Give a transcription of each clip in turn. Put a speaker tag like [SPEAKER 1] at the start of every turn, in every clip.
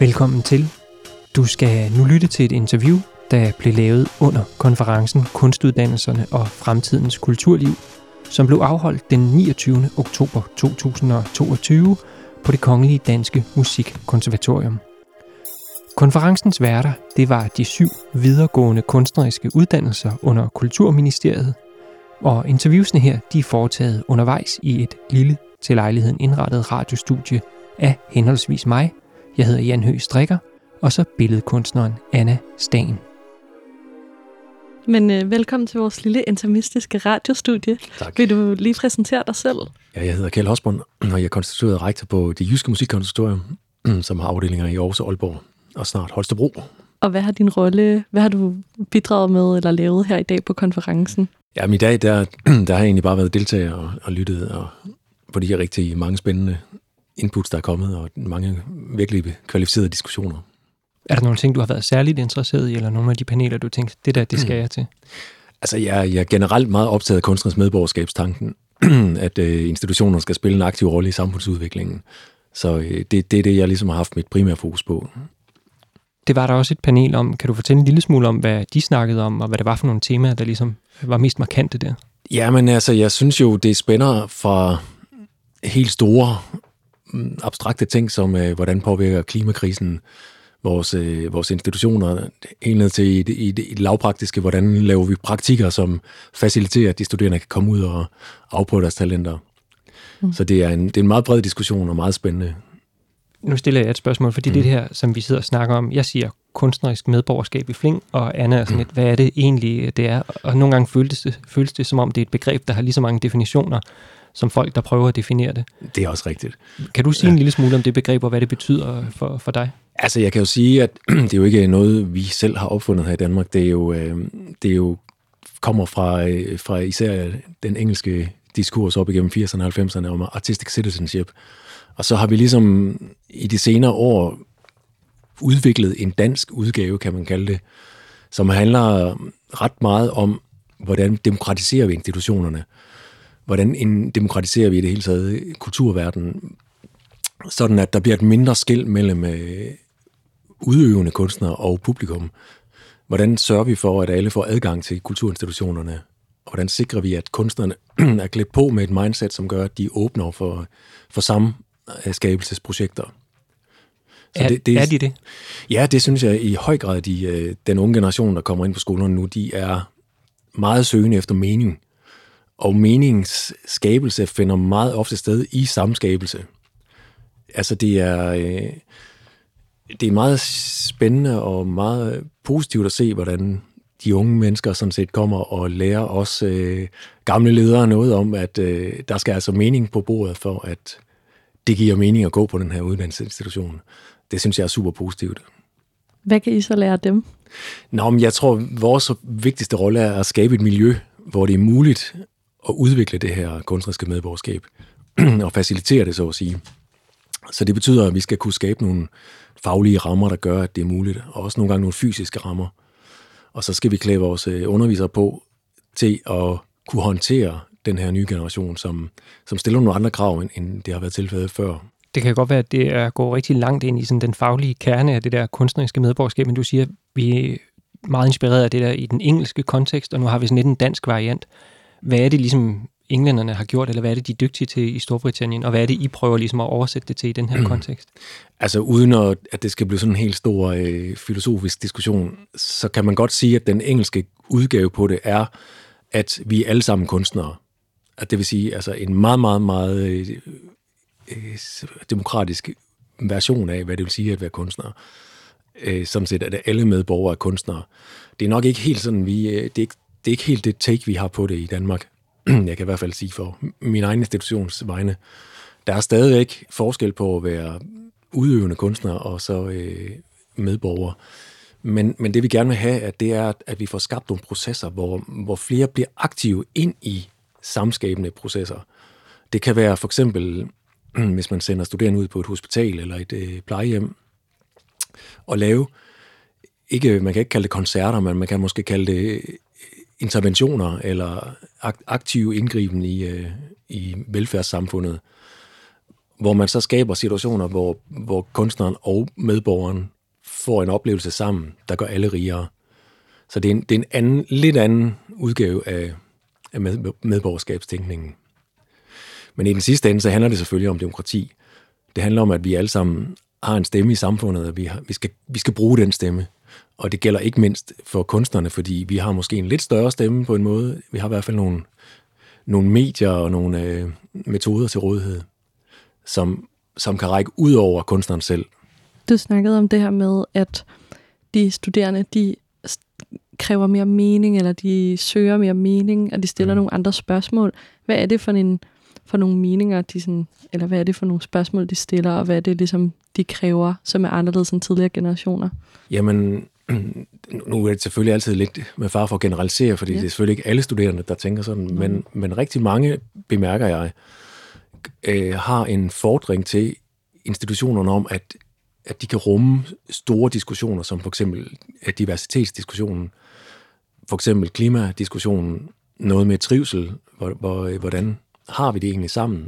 [SPEAKER 1] Velkommen til. Du skal nu lytte til et interview, der blev lavet under konferencen Kunstuddannelserne og Fremtidens Kulturliv, som blev afholdt den 29. oktober 2022 på Det Kongelige Danske Musikkonservatorium. Konferencens værter, det var de 7 videregående kunstneriske uddannelser under Kulturministeriet, og interviewsene her, de er foretaget undervejs i et lille til lejligheden indrettet radiostudie af henholdsvis mig, jeg hedder Jan Høgh Strikker, og så billedkunstneren Anna Stan.
[SPEAKER 2] Men velkommen til vores lille intermistiske radiostudie.
[SPEAKER 3] Tak.
[SPEAKER 2] Vil du lige præsentere dig selv?
[SPEAKER 3] Ja, jeg hedder Kjeld Hosbond, og jeg er konstitueret rektor på Det Jyske Musikkonservatorium, som har afdelinger i Aarhus og Aalborg, og snart Holstebro.
[SPEAKER 2] Og hvad har du bidraget med eller lavet her i dag på konferencen?
[SPEAKER 3] Ja, men i dag, der har jeg egentlig bare været deltager og lyttet på de her rigtig mange spændende inputs, der er kommet, og mange virkelig kvalificerede diskussioner.
[SPEAKER 1] Er der nogle ting, du har været særligt interesseret i, eller nogle af de paneler, du tænkte, det skal jeg til?
[SPEAKER 3] Altså, jeg er generelt meget optaget af kunstnerisk medborgerskabstanken, at institutioner skal spille en aktiv rolle i samfundsudviklingen. Så det er det, jeg ligesom har haft mit primære fokus på.
[SPEAKER 1] Det var der også et panel om. Kan du fortælle en lille smule om, hvad de snakkede om, og hvad det var for nogle temaer, der ligesom var mest markante der?
[SPEAKER 3] Jamen altså, jeg synes jo, det spænder fra helt store, abstrakte ting, som hvordan påvirker klimakrisen vores institutioner, helt ned til i det lavpraktiske, hvordan laver vi praktikker, som faciliterer, at de studerende kan komme ud og afprøve deres talenter. Så det er en meget bred diskussion og meget spændende.
[SPEAKER 1] Nu stiller jeg et spørgsmål, fordi det her, som vi sidder og snakker om, jeg siger kunstnerisk medborgerskab i flæng, og Anna er sådan lidt, hvad er det egentlig, det er? Og nogle gange føles det som om, det er et begreb, der har lige så mange definitioner, som folk, der prøver at definere det.
[SPEAKER 3] Det er også rigtigt.
[SPEAKER 1] Kan du sige en lille smule om det begreb, og hvad det betyder for dig?
[SPEAKER 3] Altså, jeg kan jo sige, at det er jo ikke noget, vi selv har opfundet her i Danmark. Det er jo kommer fra især den engelske diskurs op igennem 80'erne og 90'erne om artistic citizenship. Og så har vi ligesom i de senere år udviklet en dansk udgave, kan man kalde det, som handler ret meget om, hvordan demokratiserer vi institutionerne. Hvordan demokratiserer vi i det hele taget kulturverdenen, sådan at der bliver et mindre skel mellem udøvende kunstnere og publikum. Hvordan sørger vi for, at alle får adgang til kulturinstitutionerne? Og hvordan sikrer vi, at kunstnerne er klædt på med et mindset, som gør, at de åbner for samskabelsesprojekter?
[SPEAKER 1] Er de det?
[SPEAKER 3] Ja, det synes jeg i høj grad. Den unge generation, der kommer ind på skolerne nu, de er meget søgende efter mening. Og meningsskabelse finder meget ofte sted i samskabelse. Altså det er meget spændende og meget positivt at se, hvordan de unge mennesker sådan set kommer og lærer os gamle ledere noget om, at der skal altså mening på bordet for, at det giver mening at gå på den her uddannelsesinstitution. Det synes jeg er super positivt.
[SPEAKER 2] Hvad kan I så lære dem?
[SPEAKER 3] Nå, men jeg tror, vores vigtigste rolle er at skabe et miljø, hvor det er muligt at udvikle det her kunstneriske medborgerskab og facilitere det, så at sige. Så det betyder, at vi skal kunne skabe nogle faglige rammer, der gør, at det er muligt, og også nogle gange nogle fysiske rammer. Og så skal vi klæde vores undervisere på til at kunne håndtere den her nye generation, som stiller nogle andre krav, end det har været tilfældet før. Det
[SPEAKER 1] kan godt være, at det går rigtig langt ind i sådan den faglige kerne af det der kunstneriske medborgerskab, men du siger, at vi er meget inspireret af det der i den engelske kontekst, og nu har vi sådan lidt en dansk variant. Hvad er det ligesom englænderne har gjort, eller hvad er det, de er dygtige til i Storbritannien, og hvad er det, I prøver ligesom at oversætte det til i den her kontekst?
[SPEAKER 3] Altså uden at det skal blive sådan en helt stor filosofisk diskussion, så kan man godt sige, at den engelske udgave på det er, at vi er alle sammen kunstnere. At det vil sige, altså en meget, meget, meget demokratisk version af, hvad det vil sige at være kunstner. Sådan set, at alle medborgere er kunstnere. Det er nok ikke helt sådan, det er ikke helt det take, vi har på det i Danmark. Jeg kan i hvert fald sige for min egen institutions vegne. Der er stadigvæk forskel på at være udøvende kunstner og så medborgere. Men det vi gerne vil have, det er, at vi får skabt nogle processer, hvor flere bliver aktive ind i samskabende processer. Det kan være for eksempel, hvis man sender studerende ud på et hospital eller et plejehjem, og lave, man kan ikke kalde det koncerter, men man kan måske kalde det interventioner eller aktiv indgriben i velfærdssamfundet. hvor man så skaber situationer, hvor kunstneren og medborgeren får en oplevelse sammen, der gør alle rigere. Så det er en lidt anden udgave af medborgerskabstænkningen. Men i den sidste ende, så handler det selvfølgelig om demokrati. Det handler om, at vi alle sammen har en stemme i samfundet, og vi skal bruge den stemme. Og det gælder ikke mindst for kunstnerne, fordi vi har måske en lidt større stemme på en måde. Vi har i hvert fald nogle medier og nogle metoder til rådighed, som kan række ud over kunstneren selv.
[SPEAKER 2] Du snakkede om det her med, at de studerende, de kræver mere mening, eller de søger mere mening, og de stiller nogle andre spørgsmål. Hvad er det for nogle meninger, eller hvad er det for nogle spørgsmål, de stiller, og hvad er det ligesom, de kræver, som er anderledes end tidligere generationer?
[SPEAKER 3] Jamen, nu er det selvfølgelig altid lidt med fare for at generalisere, fordi det er selvfølgelig ikke alle studerende, der tænker sådan, men rigtig mange, bemærker jeg, har en fordring til institutionerne om, at de kan rumme store diskussioner, som for eksempel diversitetsdiskussionen, for eksempel klimadiskussionen, noget med trivsel, hvordan har vi det egentlig sammen?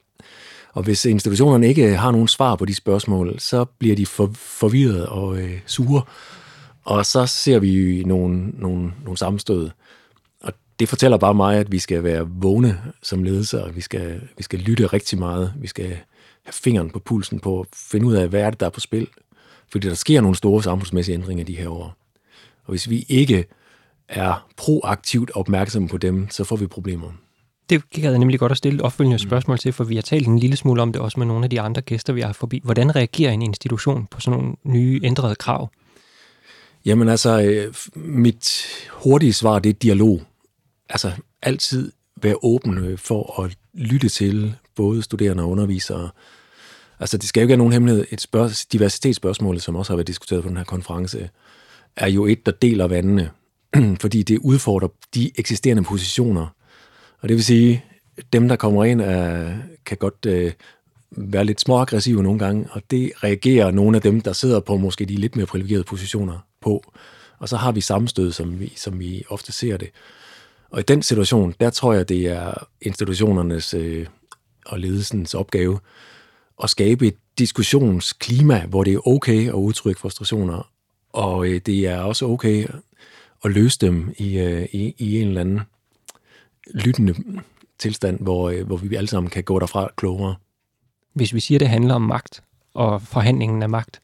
[SPEAKER 3] Og hvis institutionerne ikke har nogen svar på de spørgsmål, så bliver de forvirrede og sure, og så ser vi nogle sammenstød. Og det fortæller bare mig, at vi skal være vågne som ledere, og vi skal lytte rigtig meget. Vi skal have fingeren på pulsen på at finde ud af, hvad er det, der er på spil. Fordi der sker nogle store samfundsmæssige ændringer de her år. Og hvis vi ikke er proaktivt opmærksomme på dem, så får vi problemer.
[SPEAKER 1] Det gik jeg nemlig godt at stille et opfølgende spørgsmål til, for vi har talt en lille smule om det også med nogle af de andre gæster, vi har forbi. Hvordan reagerer en institution på sådan nogle nye ændrede krav?
[SPEAKER 3] Jamen altså, mit hurtige svar, det er dialog. Altså altid være åben for at lytte til både studerende og undervisere. Altså det skal jo ikke have nogen hemmelighed. Diversitetsspørgsmålet, som også har været diskuteret på den her konference, er jo et, der deler vandene, fordi det udfordrer de eksisterende positioner. Og det vil sige, dem, der kommer ind, kan godt være lidt småaggressive nogle gange, og det reagerer nogle af dem, der sidder på måske de lidt mere privilegerede positioner på. Og så har vi sammenstød, som vi ofte ser det. Og i den situation, der tror jeg, det er institutionernes og ledelsens opgave at skabe et diskussionsklima, hvor det er okay at udtrykke frustrationer, og det er også okay at løse dem i en eller anden lyttende tilstand, hvor vi alle sammen kan gå derfra klogere.
[SPEAKER 1] Hvis vi siger, at det handler om magt og forhandlingen af magt,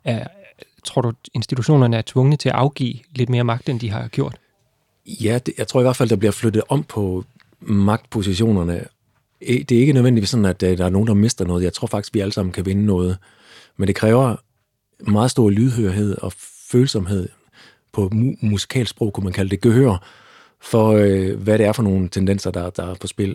[SPEAKER 1] tror du, institutionerne er tvungne til at afgive lidt mere magt, end de har gjort?
[SPEAKER 3] Ja, jeg tror i hvert fald, der bliver flyttet om på magtpositionerne. Det er ikke nødvendigvis sådan, at der er nogen, der mister noget. Jeg tror faktisk, vi alle sammen kan vinde noget. Men det kræver meget stor lydhørhed og følsomhed på musikalsk sprog, kunne man kalde det, gehør, for hvad det er for nogle tendenser, der er på spil.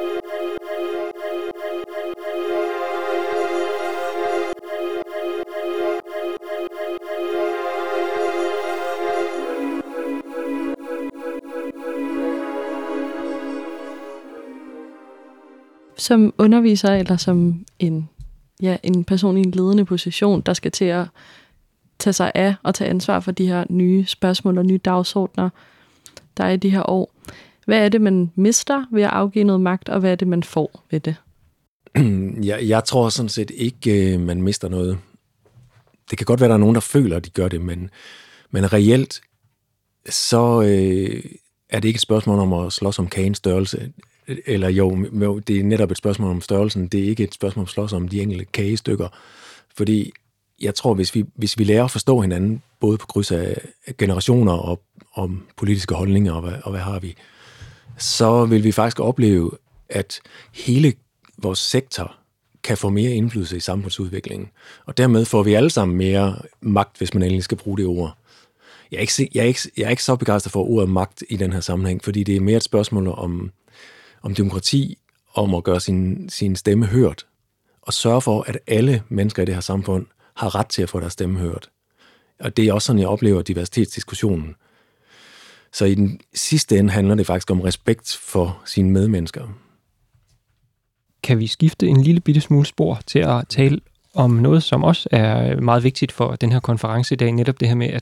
[SPEAKER 2] Som underviser eller som en person i en ledende position, der skal til at tage sig af og tage ansvar for de her nye spørgsmål og nye dagsordner, der er i de her år. Hvad er det, man mister ved at afgive noget magt, og hvad er det, man får ved det?
[SPEAKER 3] Jeg tror sådan set ikke, man mister noget. Det kan godt være, at der er nogen, der føler, at de gør det, men reelt, så er det ikke et spørgsmål om at slås om kagens størrelse. Eller jo, det er netop et spørgsmål om størrelsen. Det er ikke et spørgsmål om at slås om de enkelte kagestykker. Fordi jeg tror, hvis vi lærer at forstå hinanden, både på kryds af generationer og om politiske holdninger og hvad har vi, så vil vi faktisk opleve, at hele vores sektor kan få mere indflydelse i samfundsudviklingen. Og dermed får vi alle sammen mere magt, hvis man endelig skal bruge det ord. Jeg er ikke så begejstret for ordet magt i den her sammenhæng, fordi det er mere et spørgsmål om demokrati, om at gøre sin stemme hørt, og sørge for, at alle mennesker i det her samfund har ret til at få deres stemme hørt. Og det er også sådan, jeg oplever diversitetsdiskussionen. Så i den sidste ende handler det faktisk om respekt for sine medmennesker.
[SPEAKER 1] Kan vi skifte en lille bitte smule spor til at tale om noget, som også er meget vigtigt for den her konference i dag, netop det her med, at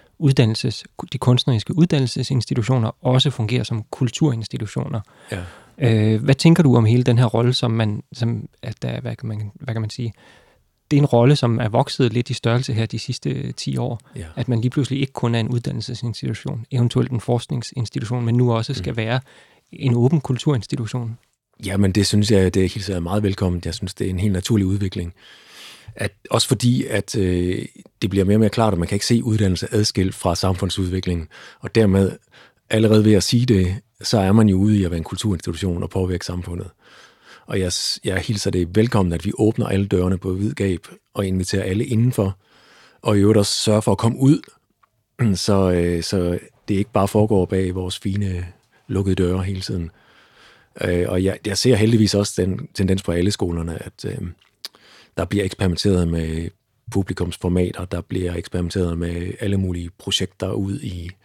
[SPEAKER 1] de kunstneriske uddannelsesinstitutioner også fungerer som kulturinstitutioner.
[SPEAKER 3] Ja.
[SPEAKER 1] Hvad tænker du om hele den her rolle, hvad kan man sige? Det er en rolle, som er vokset lidt i størrelse her de sidste 10 år. Ja. At man lige pludselig ikke kun er en uddannelsesinstitution, eventuelt en forskningsinstitution, men nu også skal være en åben kulturinstitution.
[SPEAKER 3] Jamen, det synes jeg, det hilser meget velkommen. Jeg synes, det er en helt naturlig udvikling. Også fordi, at det bliver mere og mere klart, at man kan ikke se uddannelse adskilt fra samfundsudviklingen. Og dermed, allerede ved at sige det, så er man jo ude i at være en kulturinstitution og påvirke samfundet. Og jeg hilser det velkommen, at vi åbner alle dørene på vid gab og inviterer alle indenfor. Og i øvrigt også sørger for at komme ud, så det ikke bare foregår bag vores fine lukkede døre hele tiden. Og jeg ser heldigvis også den tendens på alle skolerne, at der bliver eksperimenteret med publikumsformater, der bliver eksperimenteret med alle mulige projekter ud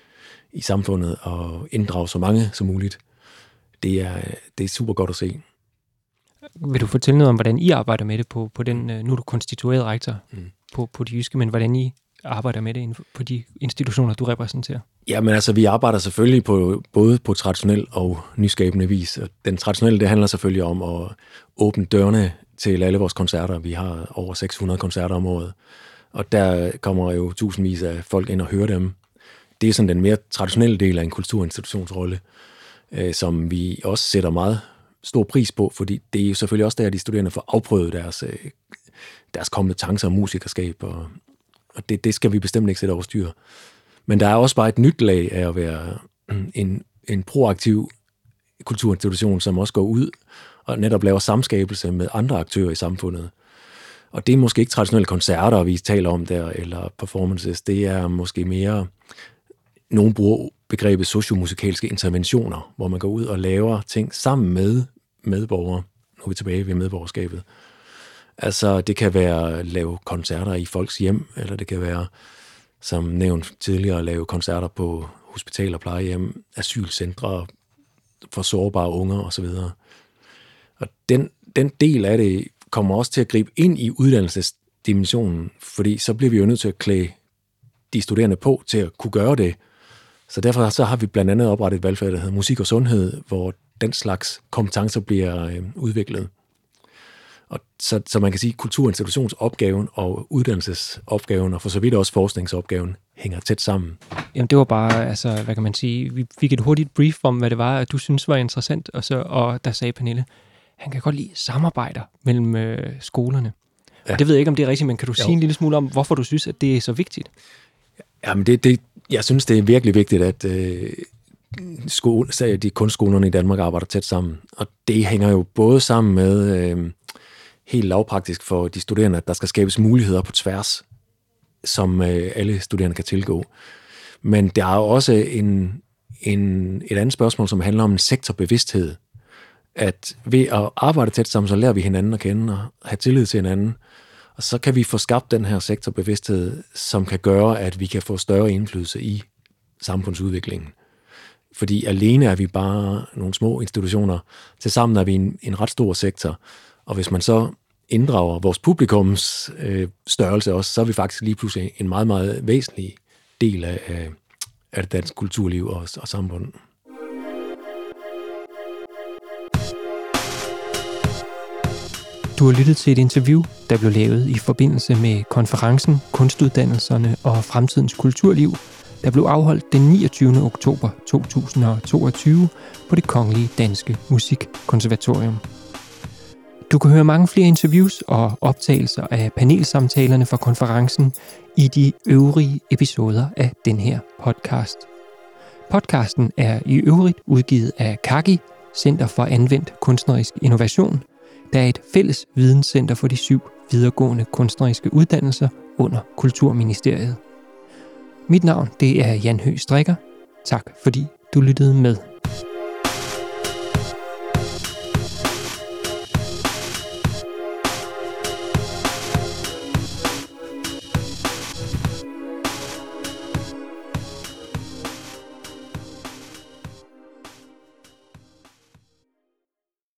[SPEAKER 3] i samfundet og inddrage så mange som muligt. Det er super godt at se.
[SPEAKER 1] Vil du fortælle noget om, hvordan I arbejder med det på den, nu er du konstitueret rektor på de jyske, men hvordan I arbejder med det på de institutioner, du repræsenterer?
[SPEAKER 3] Jamen altså, vi arbejder selvfølgelig både på traditionel og nyskabende vis. Den traditionelle, det handler selvfølgelig om at åbne dørene til alle vores koncerter. Vi har over 600 koncerter om året, og der kommer jo tusindvis af folk ind og hører dem. Det er sådan den mere traditionelle del af en kulturinstitutionsrolle, som vi også sætter meget stor pris på, fordi det er jo selvfølgelig også der, at de studerende får afprøvet deres kompetencer og musikerskab, og det skal vi bestemt ikke sætte over styr. Men der er også bare et nyt lag af at være en proaktiv kulturinstitution, som også går ud og netop laver samskabelse med andre aktører i samfundet. Og det er måske ikke traditionelle koncerter, vi taler om der, eller performances. Det er måske mere, nogen bruger begrebet sociomusikalske interventioner, hvor man går ud og laver ting sammen med medborgere. Nu er vi tilbage ved medborgerskabet. Altså, det kan være at lave koncerter i folks hjem, eller det kan være, som nævnt tidligere, at lave koncerter på hospitaler, plejehjem, asylcentre for sårbare unger osv. Og den del af det kommer også til at gribe ind i uddannelsesdimensionen, fordi så bliver vi jo nødt til at klæde de studerende på til at kunne gøre det. Så derfor så har vi blandt andet oprettet et valgfag, der hedder musik og sundhed, hvor den slags kompetencer bliver udviklet. Og så man kan sige, at kulturinstitutionsopgaven og uddannelsesopgaven, og for så vidt også forskningsopgaven, hænger tæt sammen.
[SPEAKER 1] Jamen det var bare, altså, hvad kan man sige, vi fik et hurtigt brief om, hvad det var, at du synes var interessant, og der sagde Pernille, han kan godt lide samarbejder mellem skolerne. Ja. Og det ved jeg ikke, om det er rigtigt, men kan du sige en lille smule om, hvorfor du synes, at det er så vigtigt?
[SPEAKER 3] Jamen jeg synes, det er virkelig vigtigt, at de kunstskolerne i Danmark arbejder tæt sammen. Og det hænger jo både sammen med helt lavpraktisk for de studerende, at der skal skabes muligheder på tværs, som alle studerende kan tilgå. Men der er jo også et andet spørgsmål, som handler om en sektorbevidsthed. At ved at arbejde tæt sammen, så lærer vi hinanden at kende og have tillid til hinanden. Og så kan vi få skabt den her sektorbevidsthed, som kan gøre, at vi kan få større indflydelse i samfundsudviklingen. Fordi alene er vi bare nogle små institutioner. Tilsammen er vi en ret stor sektor. Og hvis man så inddrager vores publikums størrelse også, så er vi faktisk lige pludselig en meget, meget væsentlig del af det danske kulturliv og samfund.
[SPEAKER 1] Du har lyttet til et interview, der blev lavet i forbindelse med konferencen Kunstuddannelserne og Fremtidens Kulturliv, der blev afholdt den 29. oktober 2022 på Det Kongelige Danske Musikkonservatorium. Du kan høre mange flere interviews og optagelser af panelsamtalerne fra konferencen i de øvrige episoder af den her podcast. Podcasten er i øvrigt udgivet af KAGI, Center for Anvendt Kunstnerisk Innovation, der er et fælles videnscenter for de 7 videregående kunstneriske uddannelser under Kulturministeriet. Mit navn det er Jan Høgh Strikker. Tak fordi du lyttede med.